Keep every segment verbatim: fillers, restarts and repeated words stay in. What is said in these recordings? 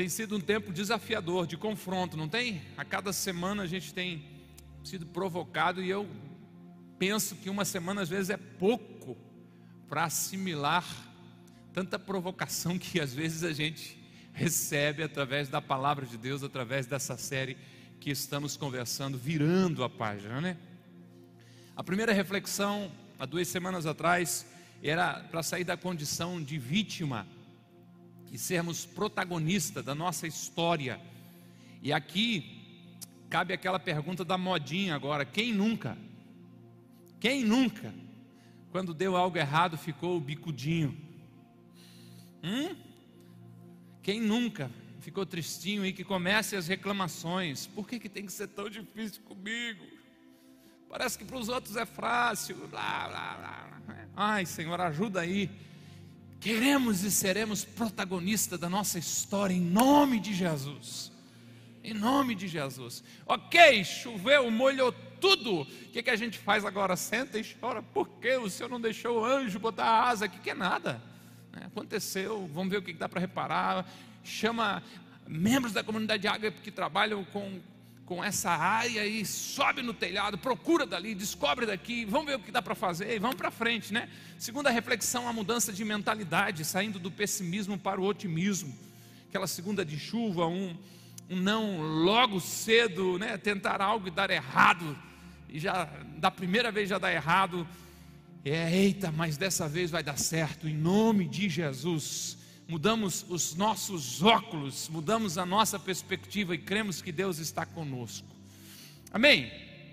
Tem sido um tempo desafiador, de confronto, não tem? A cada semana a gente tem sido provocado, e eu penso que uma semana às vezes é pouco para assimilar tanta provocação que às vezes a gente recebe através da palavra de Deus, através dessa série que estamos conversando, virando a página, né? A primeira reflexão, há duas semanas atrás, era para sair da condição de vítima e sermos protagonistas da nossa história. E aqui cabe aquela pergunta da modinha agora: quem nunca? Quem nunca, quando deu algo errado, ficou bicudinho? Hum? Quem nunca ficou tristinho e que comece as reclamações? Por que que tem que ser tão difícil comigo? Parece que para os outros é fácil. Blá, blá, blá. Ai, Senhor, ajuda aí. Queremos e seremos protagonistas da nossa história, em nome de Jesus. Em nome de Jesus. Ok, choveu, molhou tudo. O que, que a gente faz agora? Senta e chora. Por que o Senhor não deixou o anjo botar a asa aqui? Que é nada. Aconteceu, vamos ver o que dá para reparar. Chama membros da comunidade Ágape que trabalham com, com essa área e sobe no telhado, procura dali, descobre daqui, vamos ver o que dá para fazer e vamos para frente, né? Segunda reflexão, a mudança de mentalidade, saindo do pessimismo para o otimismo. Aquela segunda de chuva, um, um não logo cedo, né? Tentar algo e dar errado, e já da primeira vez já dá errado. É, eita, mas dessa vez vai dar certo, em nome de Jesus. Mudamos os nossos óculos, mudamos a nossa perspectiva e cremos que Deus está conosco. Amém?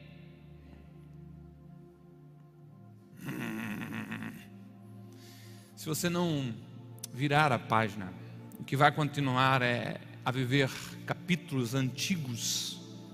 Hum. Se você não virar a página, o que vai continuar é a viver capítulos antigos.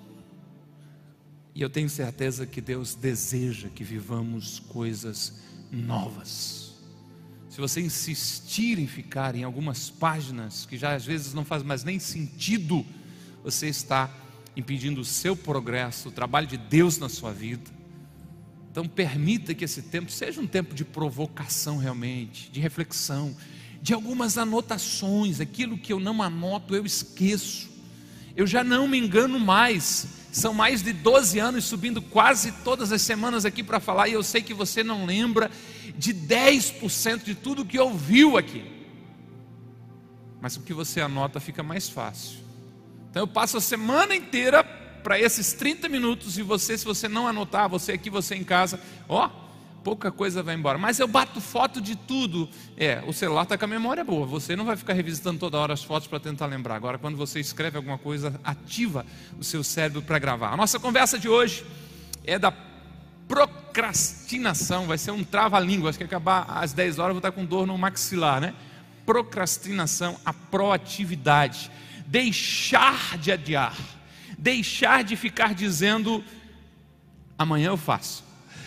E eu tenho certeza que Deus deseja que vivamos coisas novas. Se você insistir em ficar em algumas páginas que já às vezes não faz mais nem sentido, você está impedindo o seu progresso, o trabalho de Deus na sua vida. Então permita que esse tempo seja um tempo de provocação realmente, de reflexão, de algumas anotações. Aquilo que eu não anoto eu esqueço. Eu já não me engano mais. São mais de doze anos subindo quase todas as semanas aqui para falar, e eu sei que você não lembra de dez por cento de tudo que ouviu aqui, mas o que você anota fica mais fácil. Então eu passo a semana inteira para esses trinta minutos, e você, se você não anotar, você aqui, você em casa, ó, pouca coisa vai embora. Mas eu bato foto de tudo. É, o celular está com a memória boa, você não vai ficar revisitando toda hora as fotos para tentar lembrar. Agora, quando você escreve alguma coisa, ativa o seu cérebro para gravar. A nossa conversa de hoje é da procrastinação. Vai ser um trava-língua. Acho que acabar às dez horas eu vou estar com dor no maxilar, né? Procrastinação, a proatividade. Deixar de adiar, deixar de ficar dizendo amanhã eu faço.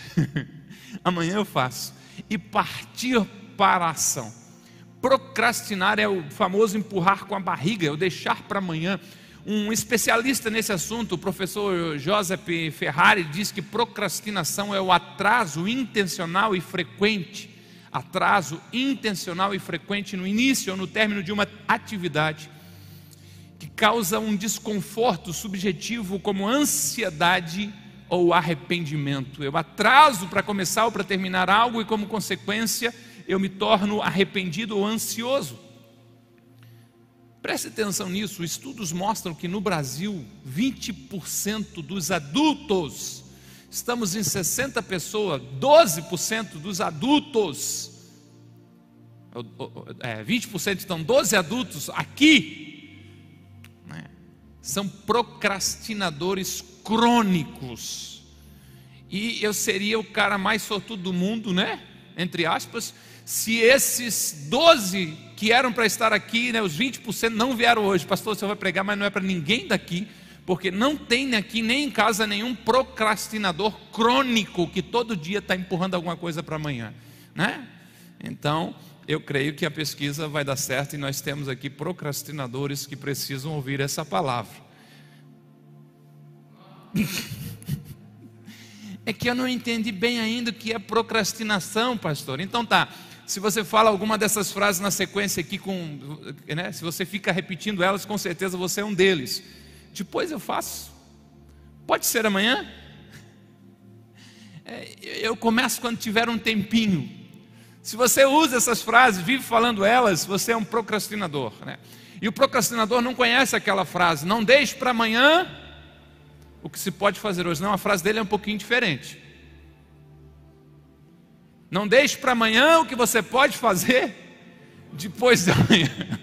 Amanhã eu faço, e partir para a ação. Procrastinar é o famoso empurrar com a barriga, é o deixar para amanhã. Um especialista nesse assunto, o professor Joseph Ferrari, diz que procrastinação é o atraso intencional e frequente, atraso intencional e frequente no início ou no término de uma atividade, que causa um desconforto subjetivo como ansiedade ou arrependimento. Eu atraso para começar ou para terminar algo, e como consequência eu me torno arrependido ou ansioso. Preste atenção nisso. Estudos mostram que no Brasil vinte por cento dos adultos, estamos em sessenta pessoas, doze por cento dos adultos, é, vinte por cento estão, doze adultos aqui, né, são procrastinadores crônicos. E eu seria o cara mais sortudo do mundo, né? Entre aspas, se esses doze que eram para estar aqui, né, os vinte por cento não vieram hoje. Pastor, você vai pregar, mas não é para ninguém daqui, porque não tem aqui nem em casa nenhum procrastinador crônico que todo dia está empurrando alguma coisa para amanhã, né? Então eu creio que a pesquisa vai dar certo, e nós temos aqui procrastinadores que precisam ouvir essa palavra. É que eu não entendi bem ainda o que é procrastinação, pastor. Então tá, Se você fala alguma dessas frases na sequência aqui, com, né, se você fica repetindo elas, com certeza você é um deles. Depois eu faço. Pode ser amanhã? É, eu começo quando tiver um tempinho. Se você usa essas frases, vive falando elas, você é um procrastinador, né? E o procrastinador não conhece aquela frase, não deixe para amanhã o que se pode fazer hoje. Não, a frase dele é um pouquinho diferente. Não deixe para amanhã o que você pode fazer depois da manhã.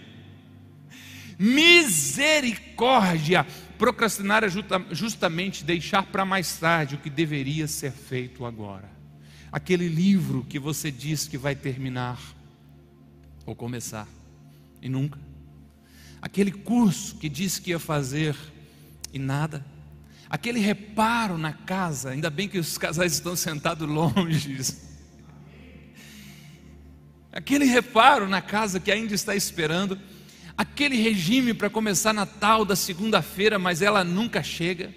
Misericórdia. Procrastinar é justamente deixar para mais tarde o que deveria ser feito agora. Aquele livro que você diz que vai terminar ou começar e nunca. Aquele curso que disse que ia fazer e nada. Aquele reparo na casa, ainda bem que os casais estão sentados longe. Aquele reparo na casa que ainda está esperando. Aquele regime para começar Natal da segunda-feira, mas ela nunca chega.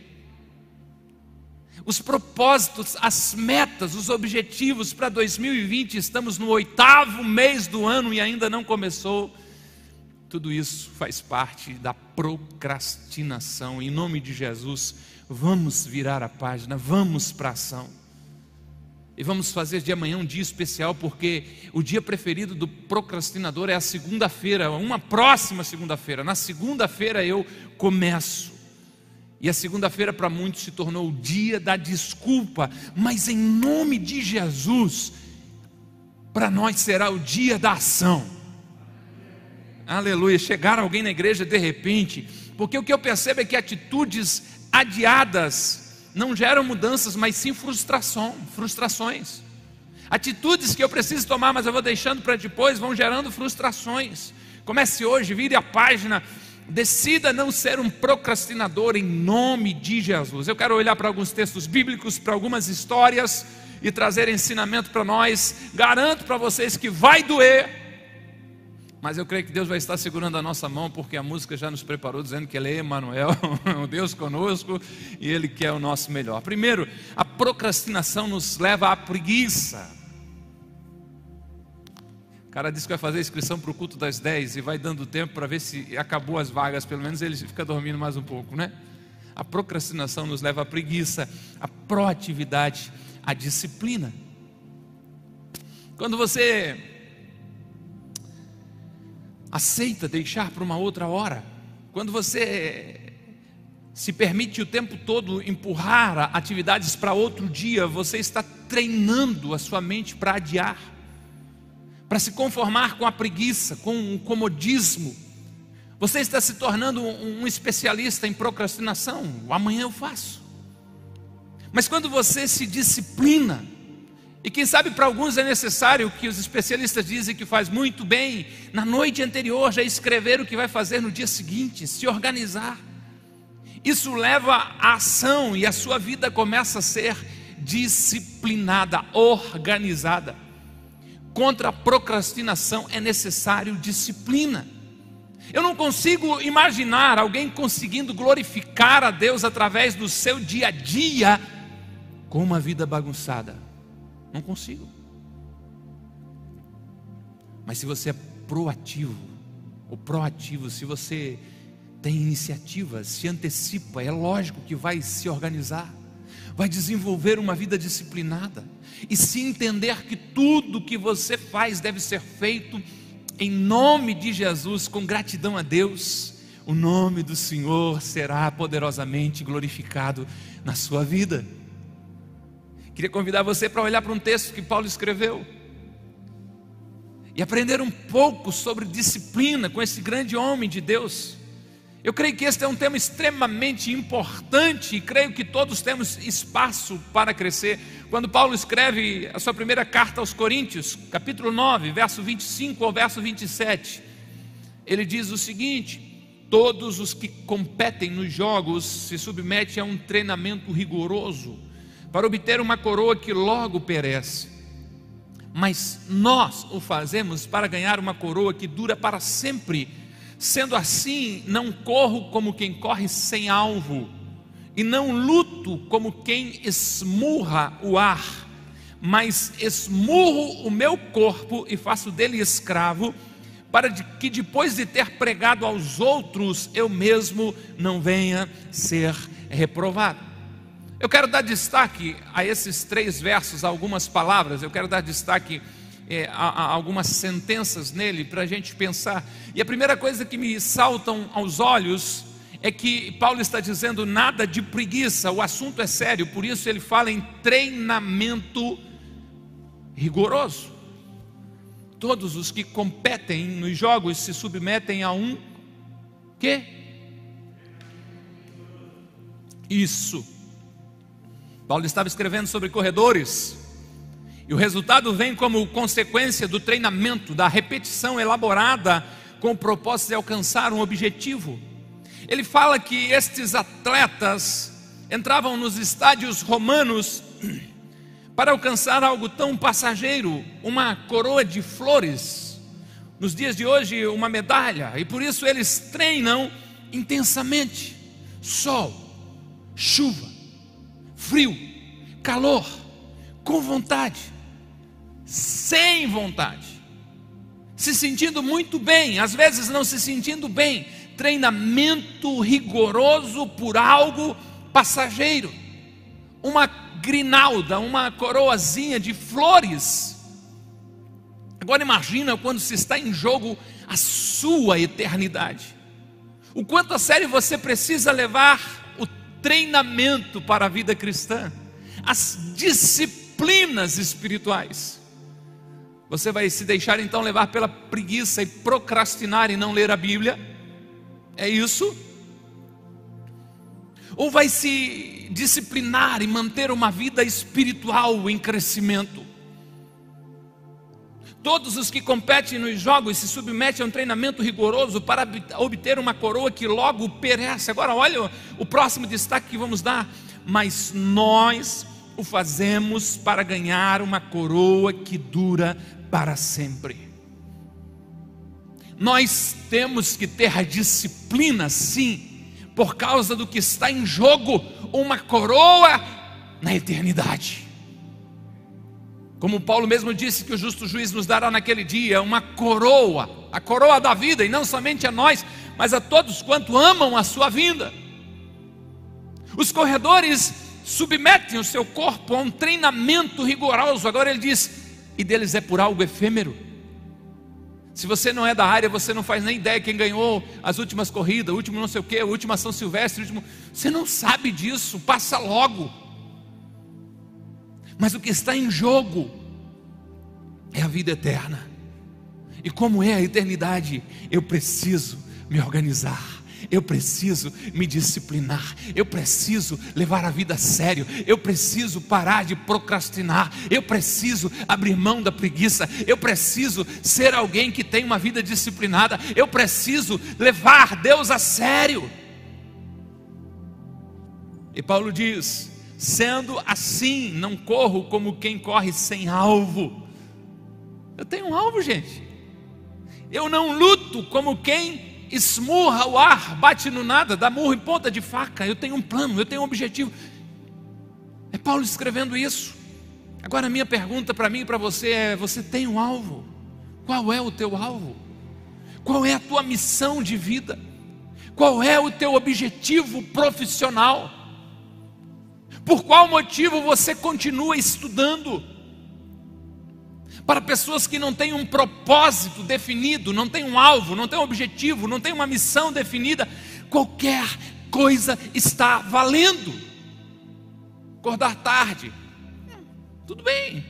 Os propósitos, as metas, os objetivos para dois mil e vinte, estamos no oitavo mês do ano e ainda não começou. Tudo isso faz parte da procrastinação. Em nome de Jesus, vamos virar a página, vamos para a ação. E vamos fazer de amanhã um dia especial, porque o dia preferido do procrastinador é a segunda-feira, uma próxima segunda-feira. Na segunda-feira eu começo. E a segunda-feira para muitos se tornou o dia da desculpa. Mas em nome de Jesus, para nós será o dia da ação. Aleluia. Chegar alguém na igreja de repente, porque o que eu percebo é que atitudes adiadas não geram mudanças, mas sim frustração, frustrações. Atitudes que eu preciso tomar, mas eu vou deixando para depois, vão gerando frustrações. Comece hoje, vire a página, decida não ser um procrastinador em nome de Jesus. Eu quero olhar para alguns textos bíblicos, para algumas histórias e trazer ensinamento para nós. Garanto para vocês que vai doer, mas eu creio que Deus vai estar segurando a nossa mão, porque a música já nos preparou dizendo que Ele é Emanuel, o Deus conosco, e Ele quer o nosso melhor. Primeiro, a procrastinação nos leva à preguiça. O cara disse que vai fazer a inscrição para o culto das dez e vai dando tempo para ver se acabou as vagas, pelo menos ele fica dormindo mais um pouco, né? A procrastinação nos leva à preguiça, à proatividade, à disciplina. Quando você aceita deixar para uma outra hora, quando você se permite o tempo todo empurrar atividades para outro dia, você está treinando a sua mente para adiar, para se conformar com a preguiça, com o comodismo. Você está se tornando um especialista em procrastinação. Amanhã eu faço. Mas quando você se disciplina, e quem sabe para alguns é necessário, que os especialistas dizem que faz muito bem, na noite anterior já escrever o que vai fazer no dia seguinte, se organizar. Isso leva à ação e a sua vida começa a ser disciplinada, organizada. Contra a procrastinação é necessário disciplina. Eu não consigo imaginar alguém conseguindo glorificar a Deus através do seu dia a dia com uma vida bagunçada. Não consigo. Mas se você é proativo, ou proativo, se você tem iniciativa, se antecipa, é lógico que vai se organizar, vai desenvolver uma vida disciplinada, e se entender que tudo que você faz deve ser feito em nome de Jesus, com gratidão a Deus, o nome do Senhor será poderosamente glorificado na sua vida. Queria convidar você para olhar para um texto que Paulo escreveu e aprender um pouco sobre disciplina com esse grande homem de Deus. Eu creio que este é um tema extremamente importante e creio que todos temos espaço para crescer. Quando Paulo escreve a sua primeira carta aos Coríntios, capítulo nove, verso vinte e cinco ao verso vinte e sete, ele diz o seguinte: todos os que competem nos jogos se submetem a um treinamento rigoroso para obter uma coroa que logo perece, mas nós o fazemos para ganhar uma coroa que dura para sempre. Sendo assim, não corro como quem corre sem alvo, e não luto como quem esmurra o ar, mas esmurro o meu corpo e faço dele escravo, para que depois de ter pregado aos outros, eu mesmo não venha ser reprovado. Eu quero dar destaque a esses três versos, a algumas palavras, eu quero dar destaque é, a, a algumas sentenças nele, para a gente pensar. E a primeira coisa que me saltam aos olhos é que Paulo está dizendo nada de preguiça, o assunto é sério, por isso ele fala em treinamento rigoroso. Todos os que competem nos jogos se submetem a um quê? Isso. Paulo estava escrevendo sobre corredores, e o resultado vem como consequência do treinamento, da repetição elaborada com o propósito de alcançar um objetivo. Ele fala que estes atletas entravam nos estádios romanos para alcançar algo tão passageiro, uma coroa de flores, nos dias de hoje uma medalha, e por isso eles treinam intensamente, sol, chuva, frio, calor, com vontade, sem vontade, se sentindo muito bem, às vezes não se sentindo bem, treinamento rigoroso por algo passageiro, uma grinalda, uma coroazinha de flores. Agora imagina quando se está em jogo a sua eternidade, o quanto a sério você precisa levar o treinamento para a vida cristã, as disciplinas espirituais. Você vai se deixar então levar pela preguiça e procrastinar e não ler a Bíblia? É isso? Ou vai se disciplinar e manter uma vida espiritual em crescimento? Todos os que competem nos jogos se submetem a um treinamento rigoroso para obter uma coroa que logo perece. Agora olha o próximo destaque que vamos dar. Mas nós o fazemos para ganhar uma coroa que dura para sempre. Nós temos que ter a disciplina, sim, por causa do que está em jogo, uma coroa na eternidade. Como Paulo mesmo disse que o justo juiz nos dará naquele dia uma coroa, a coroa da vida, e não somente a nós, mas a todos quanto amam a sua vinda. Os corredores submetem o seu corpo a um treinamento rigoroso. Agora ele diz, e deles é por algo efêmero. Se você não é da área, você não faz nem ideia quem ganhou as últimas corridas, o último não sei o que, a última São Silvestre, o último... você não sabe disso, passa logo. Mas o que está em jogo é a vida eterna. E como é a eternidade, eu preciso me organizar, eu preciso me disciplinar, eu preciso levar a vida a sério, eu preciso parar de procrastinar, eu preciso abrir mão da preguiça, eu preciso ser alguém que tem uma vida disciplinada, eu preciso levar Deus a sério. E Paulo diz, sendo assim, não corro como quem corre sem alvo. Eu tenho um alvo, gente. Eu não luto como quem esmurra o ar, bate no nada, dá murro em ponta de faca. Eu tenho um plano, eu tenho um objetivo. É Paulo escrevendo isso. Agora a minha pergunta para mim e para você é, você tem um alvo? Qual é o teu alvo? Qual é a tua missão de vida? Qual é o teu objetivo profissional? Por qual motivo você continua estudando? Para pessoas que não têm um propósito definido, não têm um alvo, não têm um objetivo, não têm uma missão definida, qualquer coisa está valendo. Acordar tarde, tudo bem.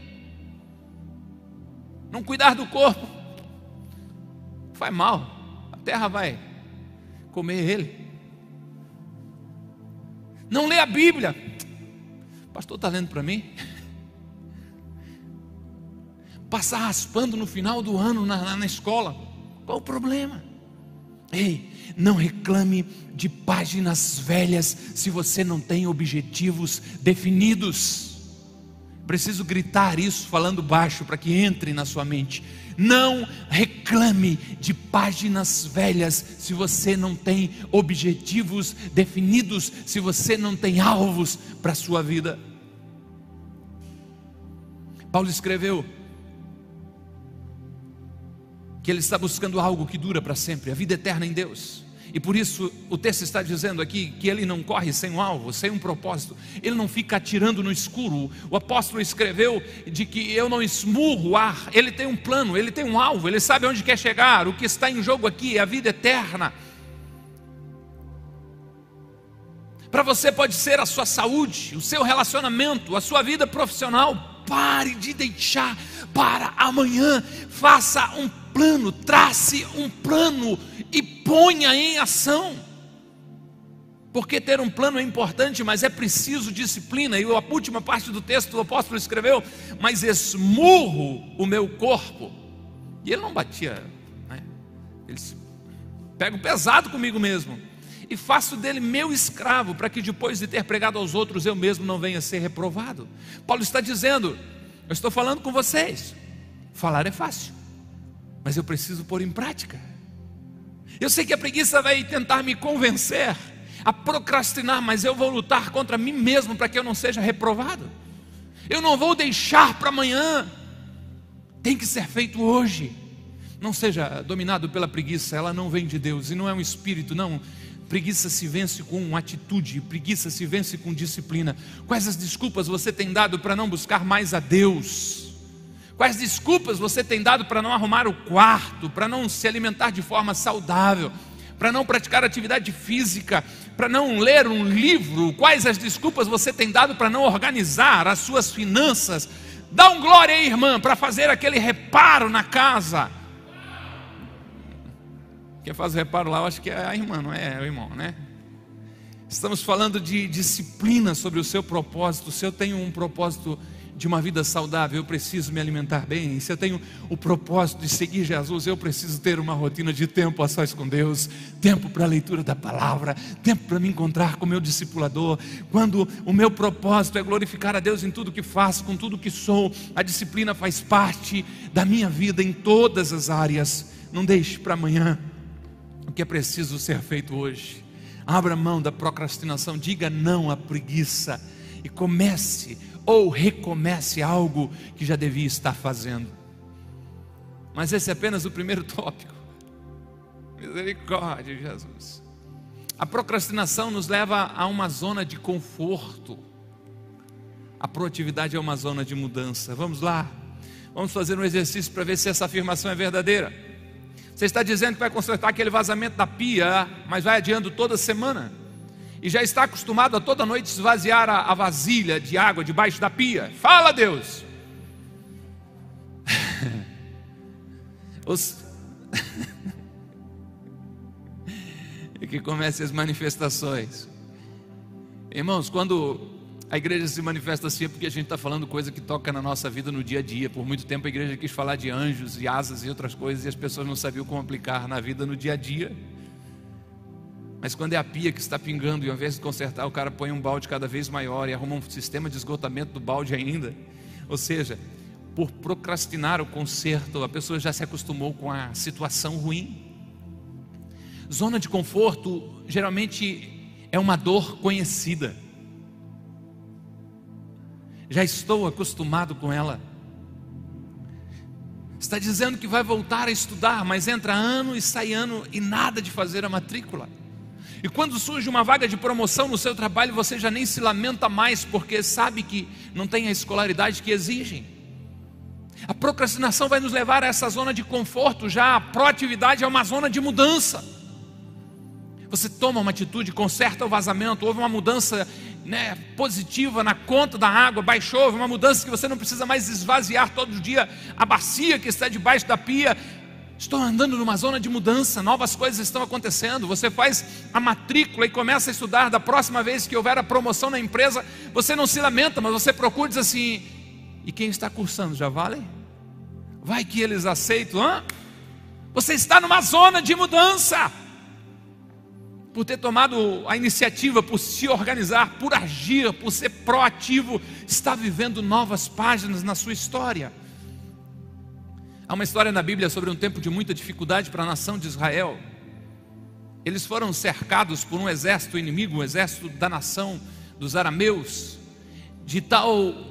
Não cuidar do corpo, faz mal, a terra vai comer ele. Não lê a Bíblia, o pastor está lendo para mim. Passar raspando no final do ano na, na escola, qual o problema? Ei, não reclame de páginas velhas se você não tem objetivos definidos. Preciso gritar isso falando baixo para que entre na sua mente. Não reclame de páginas velhas se você não tem objetivos definidos, se você não tem alvos para a sua vida. Paulo escreveu que ele está buscando algo que dura para sempre, a vida eterna em Deus. E por isso o texto está dizendo aqui que ele não corre sem um alvo, sem um propósito. Ele não fica atirando no escuro. O apóstolo escreveu de que eu não esmurro o ar. Ele tem um plano, ele tem um alvo, ele sabe onde quer chegar. O que está em jogo aqui é a vida eterna. Para você pode ser a sua saúde, o seu relacionamento, a sua vida profissional. Pare de deixar para amanhã. Faça um plano, trace um plano e ponha em ação. Porque ter um plano é importante, mas é preciso disciplina. E a última parte do texto o apóstolo escreveu: mas esmurro o meu corpo. E ele não batia, né? Ele disse: pego pesado comigo mesmo e faço dele meu escravo, para que depois de ter pregado aos outros, eu mesmo não venha a ser reprovado. Paulo está dizendo: eu estou falando com vocês, falar é fácil, mas eu preciso pôr em prática. Eu sei que a preguiça vai tentar me convencer a procrastinar, mas eu vou lutar contra mim mesmo para que eu não seja reprovado. Eu não vou deixar para amanhã, tem que ser feito hoje. Não seja dominado pela preguiça, ela não vem de Deus e não é um espírito, não. Preguiça se vence com atitude, preguiça se vence com disciplina. Quais as desculpas você tem dado para não buscar mais a Deus? Quais desculpas você tem dado para não arrumar o quarto, para não se alimentar de forma saudável, para não praticar atividade física, para não ler um livro? Quais as desculpas você tem dado para não organizar as suas finanças? Dá um glória aí, irmã, para fazer aquele reparo na casa. Quem faz o reparo lá, eu acho que é a irmã, não é o irmão, né? Estamos falando de disciplina sobre o seu propósito. Se eu tenho um propósito de uma vida saudável, eu preciso me alimentar bem. Se eu tenho o propósito de seguir Jesus, eu preciso ter uma rotina de tempo a sós com Deus, tempo para a leitura da palavra, tempo para me encontrar com o meu discipulador. Quando o meu propósito é glorificar a Deus em tudo que faço, com tudo que sou, a disciplina faz parte da minha vida em todas as áreas. Não deixe para amanhã o que é preciso ser feito hoje. Abra mão da procrastinação, diga não à preguiça e comece ou recomece algo que já devia estar fazendo. Mas esse é apenas o primeiro tópico. Misericórdia, Jesus. A procrastinação nos leva a uma zona de conforto. A proatividade é uma zona de mudança. Vamos lá, vamos fazer um exercício para ver se essa afirmação é verdadeira. Você está dizendo que vai consertar aquele vazamento da pia, mas vai adiando toda semana, e já está acostumado a toda noite esvaziar a, a vasilha de água debaixo da pia. Fala, Deus. Os... e que comecem as manifestações. Irmãos, quando a igreja se manifesta assim, é porque a gente está falando coisa que toca na nossa vida no dia a dia. Por muito tempo a igreja quis falar de anjos e asas e outras coisas, e as pessoas não sabiam como aplicar na vida no dia a dia. Mas quando é a pia que está pingando, e ao invés de consertar, o cara põe um balde cada vez maior e arruma um sistema de esgotamento do balde ainda. Ou seja, por procrastinar o conserto, a pessoa já se acostumou com a situação ruim. Zona de conforto geralmente é uma dor conhecida. Já estou acostumado com ela. Está dizendo que vai voltar a estudar, mas entra ano e sai ano e nada de fazer a matrícula. E quando surge uma vaga de promoção no seu trabalho, você já nem se lamenta mais, porque sabe que não tem a escolaridade que exigem. A procrastinação vai nos levar a essa zona de conforto. Já a proatividade é uma zona de mudança. Você toma uma atitude, conserta o vazamento, houve uma mudança, né, positiva na conta da água, baixou, houve uma mudança que você não precisa mais esvaziar todo dia a bacia que está debaixo da pia. Estou andando numa zona de mudança, novas coisas estão acontecendo. Você faz a matrícula e começa a estudar. Da próxima vez que houver a promoção na empresa, você não se lamenta, mas você procura e diz assim: e quem está cursando, já vale? Vai que eles aceitam, hã? Você está numa zona de mudança. Por ter tomado a iniciativa, por se organizar, por agir, por ser proativo, está vivendo novas páginas na sua história. Há uma história na Bíblia sobre um tempo de muita dificuldade para a nação de Israel. Eles foram cercados por um exército inimigo, um exército da nação dos arameus, de tal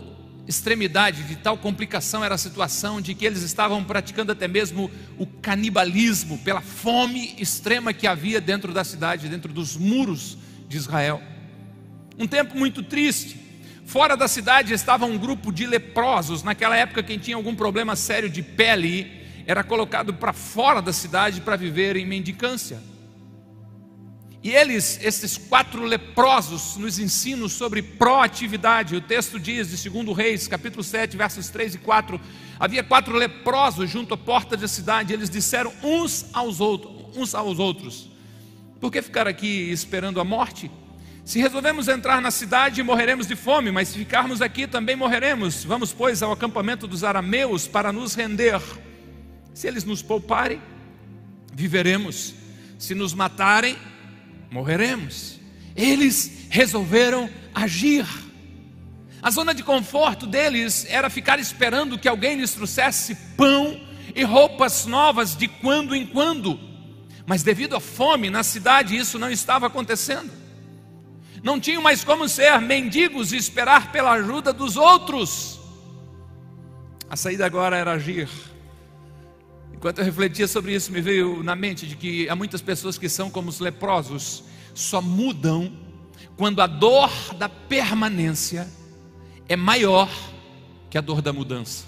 extremidade, de tal complicação era a situação, de que eles estavam praticando até mesmo o canibalismo, pela fome extrema que havia dentro da cidade, dentro dos muros de Israel. Um tempo muito triste. Fora da cidade estava um grupo de leprosos. Naquela época, quem tinha algum problema sério de pele era colocado para fora da cidade para viver em mendicância. E eles, esses quatro leprosos, nos ensinam sobre proatividade. O texto diz, de segundo Reis, capítulo sete, versos três e quatro, havia quatro leprosos junto à porta da cidade. Eles disseram uns aos outros, uns aos outros: por que ficar aqui esperando a morte? Se resolvemos entrar na cidade, morreremos de fome, mas se ficarmos aqui, também morreremos. Vamos, pois, ao acampamento dos arameus para nos render. Se eles nos pouparem, viveremos. Se nos matarem, morreremos. Eles resolveram agir. A zona de conforto deles era ficar esperando que alguém lhes trouxesse pão e roupas novas de quando em quando. Mas devido à fome na cidade, isso não estava acontecendo. Não tinham mais como ser mendigos e esperar pela ajuda dos outros. A saída agora era agir. Enquanto eu refletia sobre isso, me veio na mente de que há muitas pessoas que são como os leprosos, só mudam quando a dor da permanência é maior que a dor da mudança.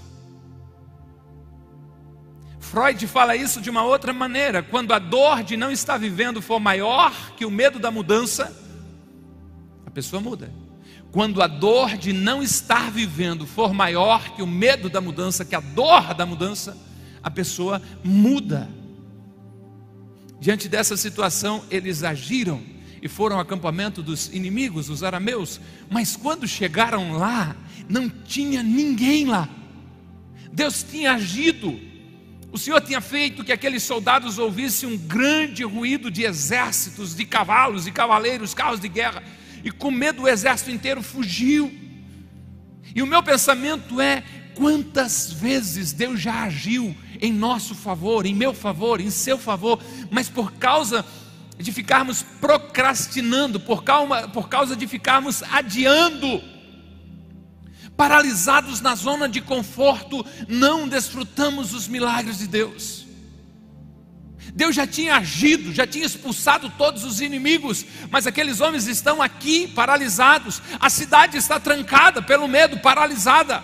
Freud fala isso de uma outra maneira: quando a dor de não estar vivendo for maior que o medo da mudança, a pessoa muda. Quando a dor de não estar vivendo for maior que o medo da mudança, que a dor da mudança, a pessoa muda. Diante dessa situação, eles agiram e foram ao acampamento dos inimigos, os arameus. Mas quando chegaram lá, não tinha ninguém lá. Deus tinha agido. O Senhor tinha feito que aqueles soldados ouvissem um grande ruído de exércitos, de cavalos e cavaleiros, carros de guerra, e com medo o exército inteiro fugiu. E o meu pensamento é: quantas vezes Deus já agiu em nosso favor, em meu favor, em seu favor, mas por causa de ficarmos procrastinando, por causa, por causa de ficarmos adiando, paralisados na zona de conforto, não desfrutamos os milagres de Deus. Deus já tinha agido, já tinha expulsado todos os inimigos, mas aqueles homens estão aqui paralisados. A cidade está trancada pelo medo, paralisada.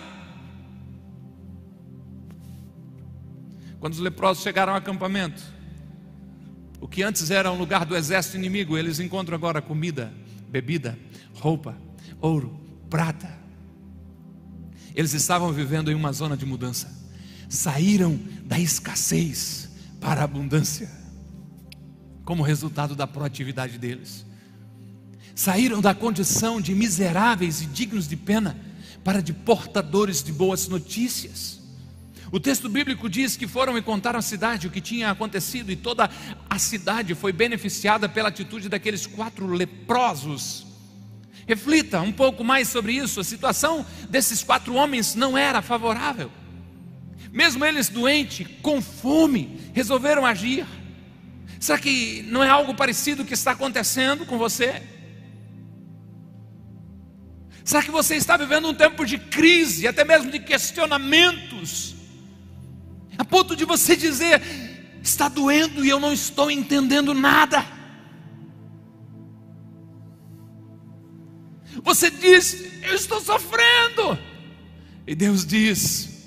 Quando os leprosos chegaram ao acampamento, o que antes era um lugar do exército inimigo, eles encontram agora comida, bebida, roupa, ouro, prata. Eles estavam vivendo em uma zona de mudança. Saíram da escassez para a abundância, como resultado da proatividade deles. Saíram da condição de miseráveis e dignos de pena para de portadores de boas notícias. O texto bíblico diz que foram e contaram à cidade o que tinha acontecido, e toda a cidade foi beneficiada pela atitude daqueles quatro leprosos. Reflita um pouco mais sobre isso. A situação desses quatro homens não era favorável. Mesmo eles doentes, com fome, resolveram agir. Será que não é algo parecido que está acontecendo com você? Será que você está vivendo um tempo de crise, até mesmo de questionamentos, a ponto de você dizer: está doendo e eu não estou entendendo nada? Você diz: eu estou sofrendo. E Deus diz: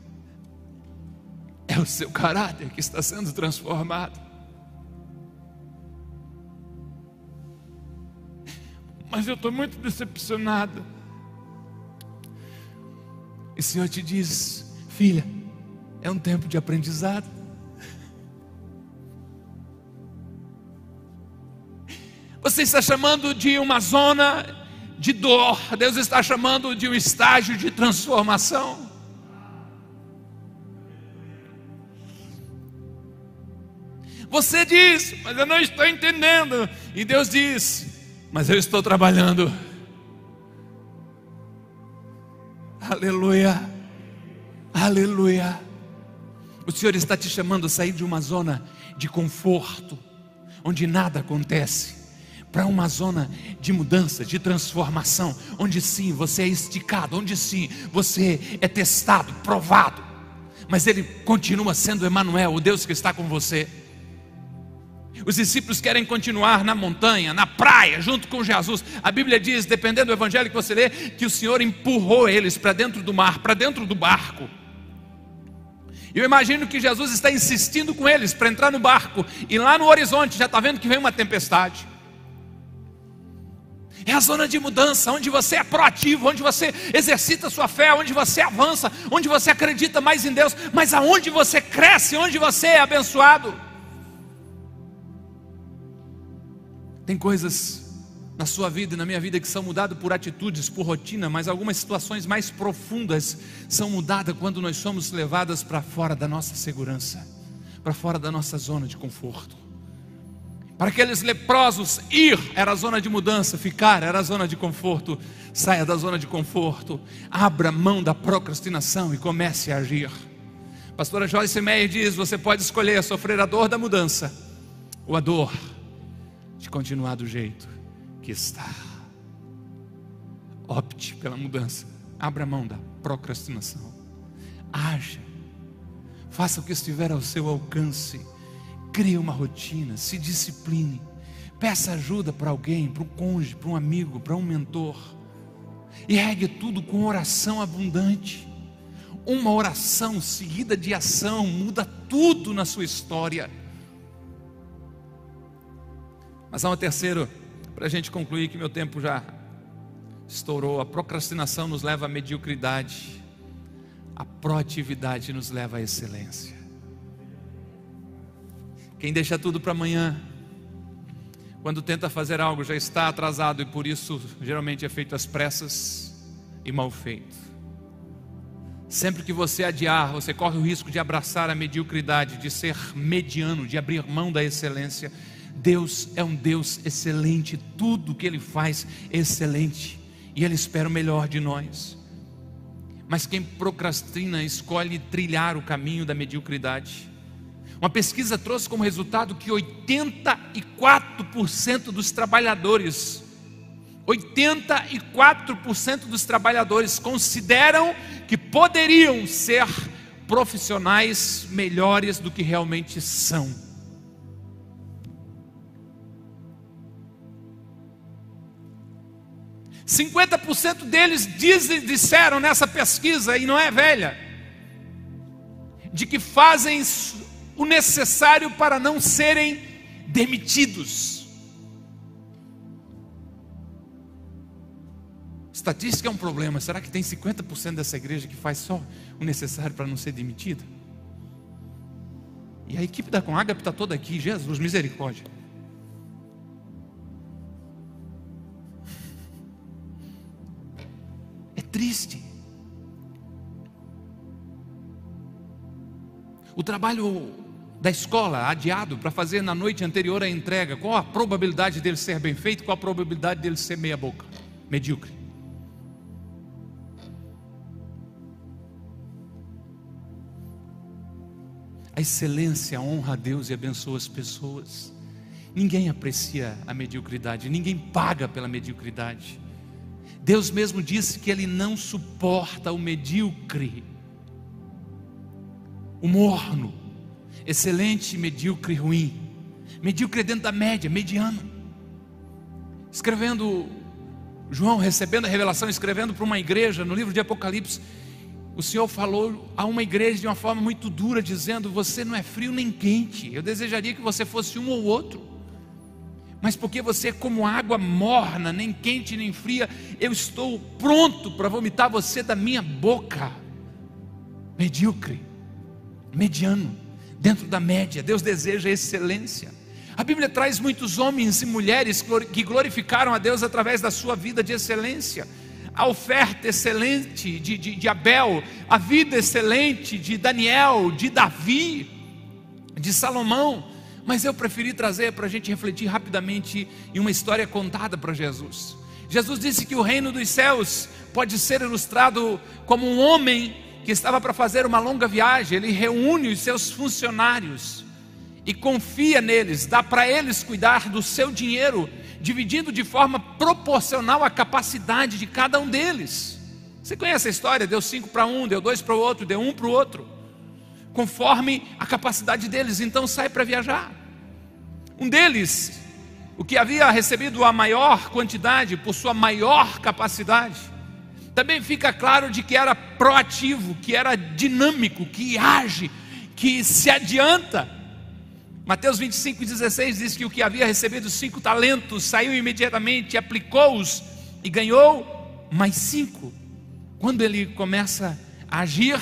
é o seu caráter que está sendo transformado. Mas eu estou muito decepcionado. E o Senhor te diz: filha, é um tempo de aprendizado. Você está chamando de uma zona de dor, Deus está chamando de um estágio de transformação. Você diz: mas eu não estou entendendo. E Deus diz: mas eu estou trabalhando. Aleluia, aleluia. O Senhor está te chamando a sair de uma zona de conforto, onde nada acontece, para uma zona de mudança, de transformação, onde sim você é esticado, onde sim você é testado, provado, mas Ele continua sendo Emanuel, o Deus que está com você. Os discípulos querem continuar na montanha, na praia, junto com Jesus. A Bíblia diz, dependendo do evangelho que você lê, que o Senhor empurrou eles para dentro do mar, para dentro do barco. Eu imagino que Jesus está insistindo com eles para entrar no barco, e lá no horizonte já está vendo que vem uma tempestade. É a zona de mudança, onde você é proativo, onde você exercita a sua fé, onde você avança, onde você acredita mais em Deus, mas aonde você cresce, onde você é abençoado. Tem coisas na sua vida e na minha vida que são mudadas por atitudes, por rotina, mas algumas situações mais profundas são mudadas quando nós somos levadas para fora da nossa segurança, para fora da nossa zona de conforto. Para aqueles leprosos, ir era a zona de mudança, ficar era a zona de conforto. Saia da zona de conforto, abra mão da procrastinação e comece a agir. Pastora Joyce Meyer diz, você pode escolher sofrer a dor da mudança ou a dor de continuar do jeito que está. Opte pela mudança, abra mão da procrastinação, haja, faça o que estiver ao seu alcance. Crie uma rotina, se discipline, peça ajuda para alguém, para um cônjuge, para um amigo, para um mentor, e regue tudo com oração abundante. Uma oração seguida de ação muda tudo na sua história. Mas há um terceiro, para a gente concluir, que meu tempo já estourou. A procrastinação nos leva à mediocridade, a proatividade nos leva à excelência. Quem deixa tudo para amanhã, quando tenta fazer algo, já está atrasado, e por isso geralmente é feito às pressas e mal feito. Sempre que você adiar, você corre o risco de abraçar a mediocridade, de ser mediano, de abrir mão da excelência. Deus é um Deus excelente, tudo que Ele faz é excelente, e Ele espera o melhor de nós. Mas quem procrastina escolhe trilhar o caminho da mediocridade. Uma pesquisa trouxe como resultado que oitenta e quatro por cento dos trabalhadores, oitenta e quatro por cento dos trabalhadores consideram que poderiam ser profissionais melhores do que realmente são. cinquenta por cento deles dizem, disseram nessa pesquisa, e não é velha, de que fazem o necessário para não serem demitidos. Estatística é um problema. Será que tem cinquenta por cento dessa igreja que faz só o necessário para não ser demitida? E a equipe da Conagap está toda aqui. Jesus, misericórdia. É triste. O trabalho da escola adiado para fazer na noite anterior à entrega, qual a probabilidade dele ser bem feito, qual a probabilidade dele ser meia boca, medíocre? A excelência honra a Deus e abençoa as pessoas. Ninguém aprecia a mediocridade, ninguém paga pela mediocridade. Deus mesmo disse que Ele não suporta o medíocre, o morno. Excelente, medíocre, ruim. Medíocre é dentro da média, mediano. Escrevendo, João recebendo a revelação, escrevendo para uma igreja, no livro de Apocalipse, o Senhor falou a uma igreja de uma forma muito dura, dizendo: você não é frio nem quente. Eu desejaria que você fosse um ou outro, mas porque você é como água morna, nem quente nem fria, eu estou pronto para vomitar você da minha boca. Medíocre, mediano, dentro da média. Deus deseja excelência. A Bíblia traz muitos homens e mulheres que glorificaram a Deus através da sua vida de excelência. A oferta excelente de, de, de Abel, a vida excelente de Daniel, de Davi, de Salomão. Mas eu preferi trazer para a gente refletir rapidamente em uma história contada para Jesus. Jesus disse que o reino dos céus pode ser ilustrado como um homem que estava para fazer uma longa viagem. Ele reúne os seus funcionários e confia neles, dá para eles cuidar do seu dinheiro, dividindo de forma proporcional à capacidade de cada um deles. Você conhece a história? Deu cinco para um, deu dois para o outro, deu um para o outro, conforme a capacidade deles. Então sai para viajar. Um deles, o que havia recebido a maior quantidade, por sua maior capacidade, também fica claro de que era proativo, que era dinâmico, que age, que se adianta. Mateus vinte e cinco, dezesseis diz que o que havia recebido cinco talentos saiu imediatamente, aplicou-os e ganhou mais cinco. Quando ele começa a agir,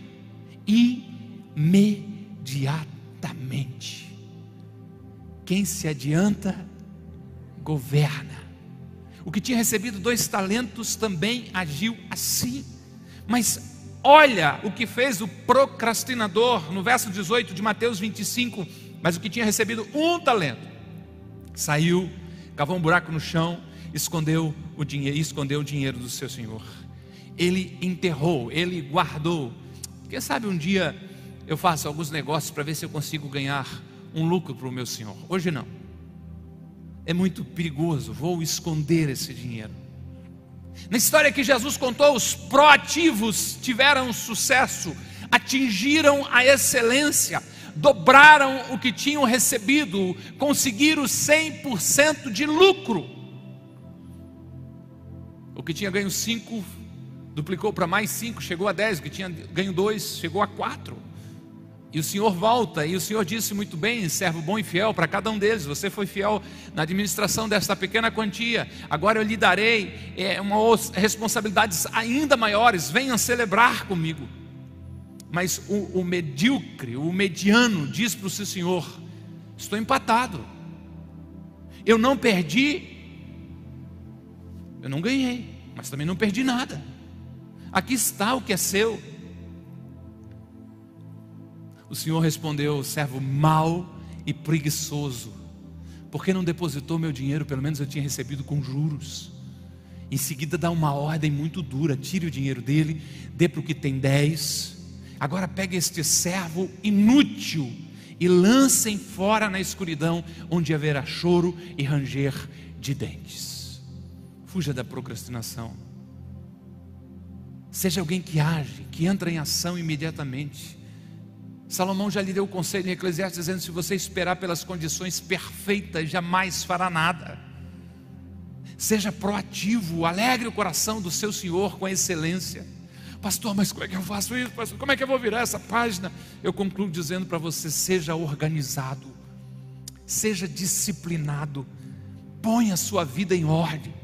imediatamente. Quem se adianta, governa. O que tinha recebido dois talentos também agiu assim. Mas olha o que fez o procrastinador no verso dezoito de Mateus vinte e cinco. Mas o que tinha recebido um talento saiu, cavou um buraco no chão, escondeu o dinheiro, escondeu o dinheiro do seu senhor. Ele enterrou, ele guardou. Quem sabe um dia eu faço alguns negócios para ver se eu consigo ganhar um lucro para o meu senhor. Hoje não. É muito perigoso, vou esconder esse dinheiro. Na história que Jesus contou, os proativos tiveram sucesso, atingiram a excelência, dobraram o que tinham recebido, conseguiram cem por cento de lucro. O que tinha ganho cinco, duplicou para mais cinco, chegou a dez. O que tinha ganho dois, chegou a quatro. E o Senhor volta, e o Senhor disse muito bem, servo bom e fiel para cada um deles. Você foi fiel na administração desta pequena quantia, agora eu lhe darei é, uma, responsabilidades ainda maiores, venham celebrar comigo. Mas o, o medíocre, o mediano diz para o seu senhor: estou empatado, eu não perdi, eu não ganhei, mas também não perdi nada, aqui está o que é seu. O Senhor respondeu: servo mau e preguiçoso, por que não depositou meu dinheiro? Pelo menos eu tinha recebido com juros. Em seguida dá uma ordem muito dura: tire o dinheiro dele, dê para o que tem dez. Agora pegue este servo inútil e lancem fora na escuridão, onde haverá choro e ranger de dentes. Fuja da procrastinação. Seja alguém que age, que entra em ação imediatamente. Salomão já lhe deu o conselho em Eclesiastes, dizendo: se você esperar pelas condições perfeitas, jamais fará nada. Seja proativo, alegre o coração do seu Senhor com excelência. Pastor, mas como é que eu faço isso? Pastor, como é que eu vou virar essa página? Eu concluo dizendo para você: seja organizado, seja disciplinado, ponha a sua vida em ordem.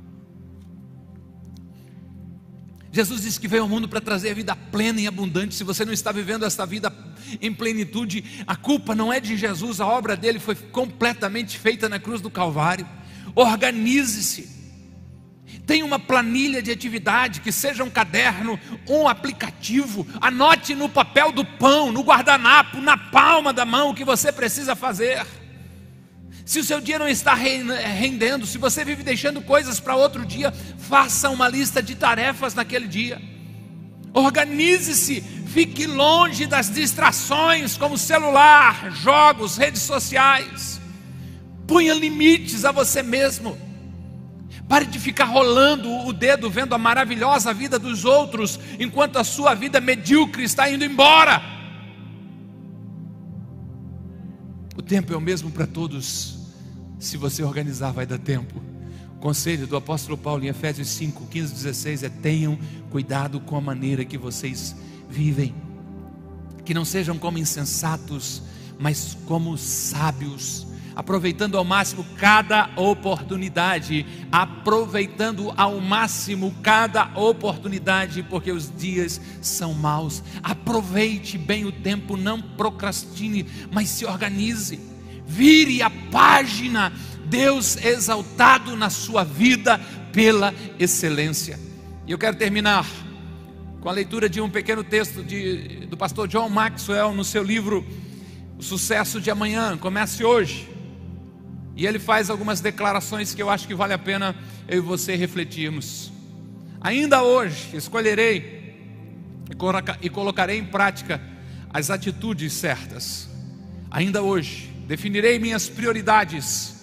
Jesus disse que veio ao mundo para trazer a vida plena e abundante. Se você não está vivendo essa vida em plenitude, a culpa não é de Jesus, a obra dele foi completamente feita na cruz do Calvário. Organize-se, tenha uma planilha de atividade, que seja um caderno, um aplicativo, anote no papel do pão, no guardanapo, na palma da mão o que você precisa fazer. Se o seu dia não está rendendo, se você vive deixando coisas para outro dia, faça uma lista de tarefas naquele dia. Organize-se, fique longe das distrações como celular, jogos, redes sociais. Ponha limites a você mesmo. Pare de ficar rolando o dedo vendo a maravilhosa vida dos outros, enquanto a sua vida medíocre está indo embora. O tempo é o mesmo para todos. Se você organizar, vai dar tempo. O conselho do apóstolo Paulo em Efésios cinco, quinze, dezesseis é: tenham cuidado com a maneira que vocês vivem, que não sejam como insensatos, mas como sábios, aproveitando ao máximo cada oportunidade, aproveitando ao máximo cada oportunidade, porque os dias são maus. Aproveite bem o tempo, não procrastine, mas se organize, vire a página. Deus exaltado na sua vida pela excelência. E eu quero terminar com a leitura de um pequeno texto de, do pastor John Maxwell, no seu livro O Sucesso de Amanhã, comece hoje. E ele faz algumas declarações que eu acho que vale a pena eu e você refletirmos. Ainda hoje escolherei e colocarei em prática as atitudes certas. Ainda hoje definirei minhas prioridades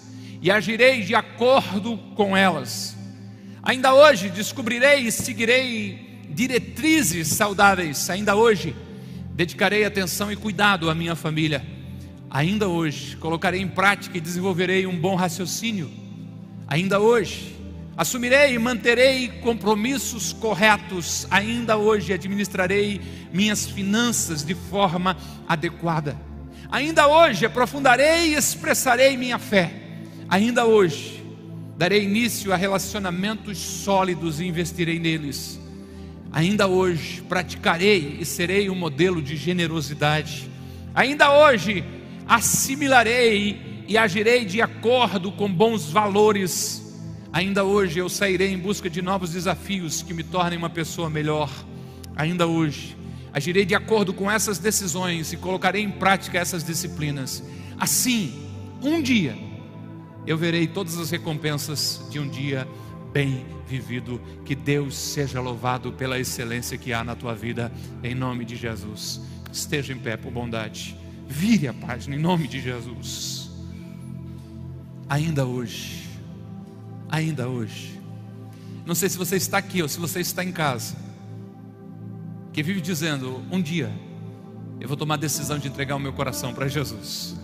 e agirei de acordo com elas. Ainda hoje descobrirei e seguirei diretrizes saudáveis. Ainda hoje dedicarei atenção e cuidado à minha família. Ainda hoje colocarei em prática e desenvolverei um bom raciocínio. Ainda hoje assumirei e manterei compromissos corretos. Ainda hoje administrarei minhas finanças de forma adequada. Ainda hoje aprofundarei e expressarei minha fé. Ainda hoje darei início a relacionamentos sólidos e investirei neles. Ainda hoje praticarei e serei um modelo de generosidade. Ainda hoje assimilarei e agirei de acordo com bons valores. Ainda hoje eu sairei em busca de novos desafios que me tornem uma pessoa melhor. Ainda hoje agirei de acordo com essas decisões e colocarei em prática essas disciplinas. Assim, um dia eu verei todas as recompensas de um dia bem vivido. Que Deus seja louvado pela excelência que há na tua vida, em nome de Jesus. Esteja em pé por bondade. Vire a página em nome de Jesus. Ainda hoje, ainda hoje, não sei se você está aqui ou se você está em casa, que vive dizendo: um dia eu vou tomar a decisão de entregar o meu coração para Jesus.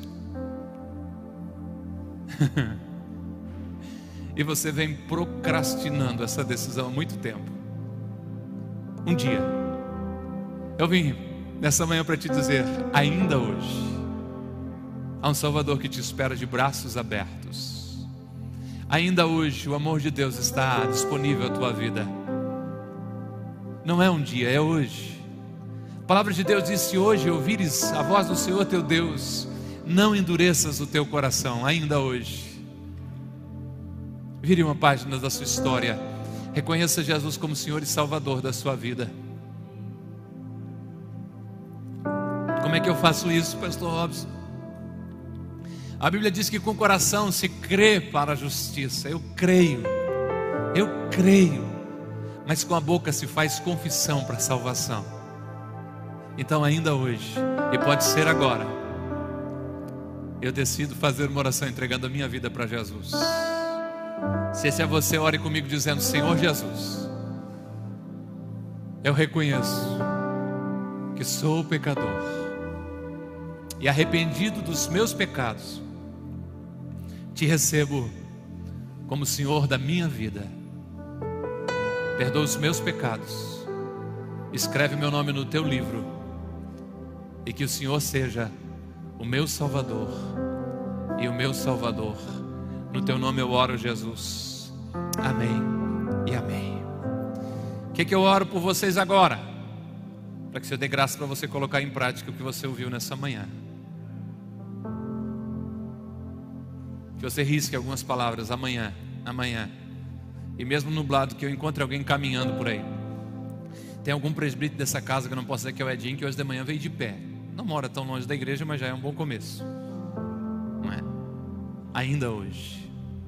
E você vem procrastinando essa decisão há muito tempo. Um dia eu vim nessa manhã para te dizer: ainda hoje há um Salvador que te espera de braços abertos. Ainda hoje o amor de Deus está disponível à tua vida. Não é um dia, é hoje. A palavra de Deus diz: se hoje ouvires a voz do Senhor teu Deus, não endureças o teu coração. Ainda hoje. Vire uma página da sua história. Reconheça Jesus como Senhor e Salvador da sua vida. Como é que eu faço isso, pastor Robson? A Bíblia diz que com o coração se crê para a justiça. Eu creio, eu creio, mas com a boca se faz confissão para a salvação. Então ainda hoje, e pode ser agora, eu decido fazer uma oração entregando a minha vida para Jesus. Se esse é você, ore comigo dizendo: Senhor Jesus, eu reconheço que sou pecador e arrependido dos meus pecados, te recebo como Senhor da minha vida. Perdoa os meus pecados, escreve meu nome no teu livro, e que o Senhor seja o meu Salvador e o meu Salvador. No teu nome eu oro, Jesus. Amém e amém. O que, que eu oro por vocês agora? Para que você dê graça para você colocar em prática o que você ouviu nessa manhã. Que você risque algumas palavras amanhã, amanhã. E mesmo nublado, que eu encontre alguém caminhando por aí. Tem algum presbítero dessa casa, que eu não posso dizer que é o Edinho, que hoje de manhã veio de pé. Não mora tão longe da igreja, mas já é um bom começo. Não é? Ainda hoje.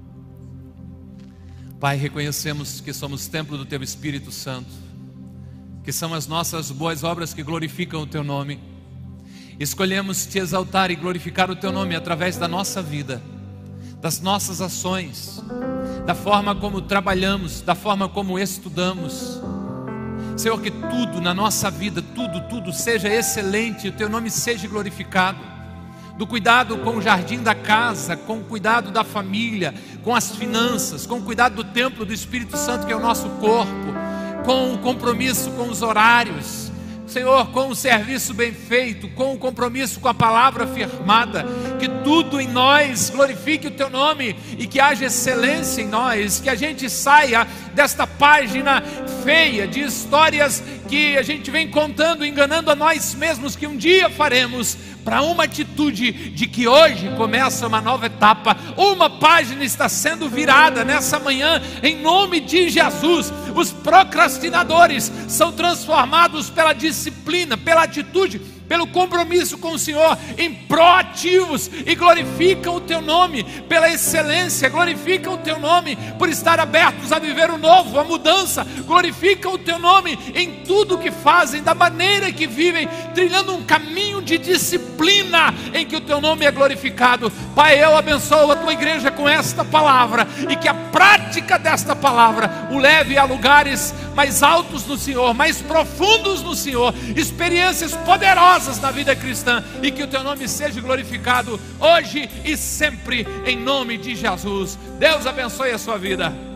Pai, reconhecemos que somos templo do Teu Espírito Santo, que são as nossas boas obras que glorificam o Teu nome. Escolhemos Te exaltar e glorificar o Teu nome através da nossa vida, das nossas ações, da forma como trabalhamos, da forma como estudamos. Senhor, que tudo na nossa vida, tudo, tudo seja excelente, o Teu nome seja glorificado. Do cuidado com o jardim da casa, com o cuidado da família, com as finanças, com o cuidado do templo do Espírito Santo, que é o nosso corpo, com o compromisso com os horários, Senhor, com o serviço bem feito, com o compromisso com a palavra firmada. Que tudo em nós glorifique o Teu nome e que haja excelência em nós, que a gente saia desta página feia de histórias que a gente vem contando, enganando a nós mesmos, que um dia faremos, para uma atitude de que hoje começa uma nova etapa. Uma página está sendo virada nessa manhã, em nome de Jesus. Os procrastinadores são transformados pela disciplina, pela atitude, pelo compromisso com o Senhor, em proativos, e glorificam o Teu nome pela excelência, glorificam o Teu nome por estar abertos a viver o novo, a mudança, glorificam o Teu nome em tudo que fazem, da maneira que vivem, trilhando um caminho de disciplina em que o Teu nome é glorificado. Pai, eu abençoo a Tua igreja com esta palavra, e que a prática desta palavra o leve a lugares mais altos no Senhor, mais profundos no Senhor, experiências poderosas na vida cristã, e que o Teu nome seja glorificado hoje e sempre, em nome de Jesus. Deus abençoe a sua vida.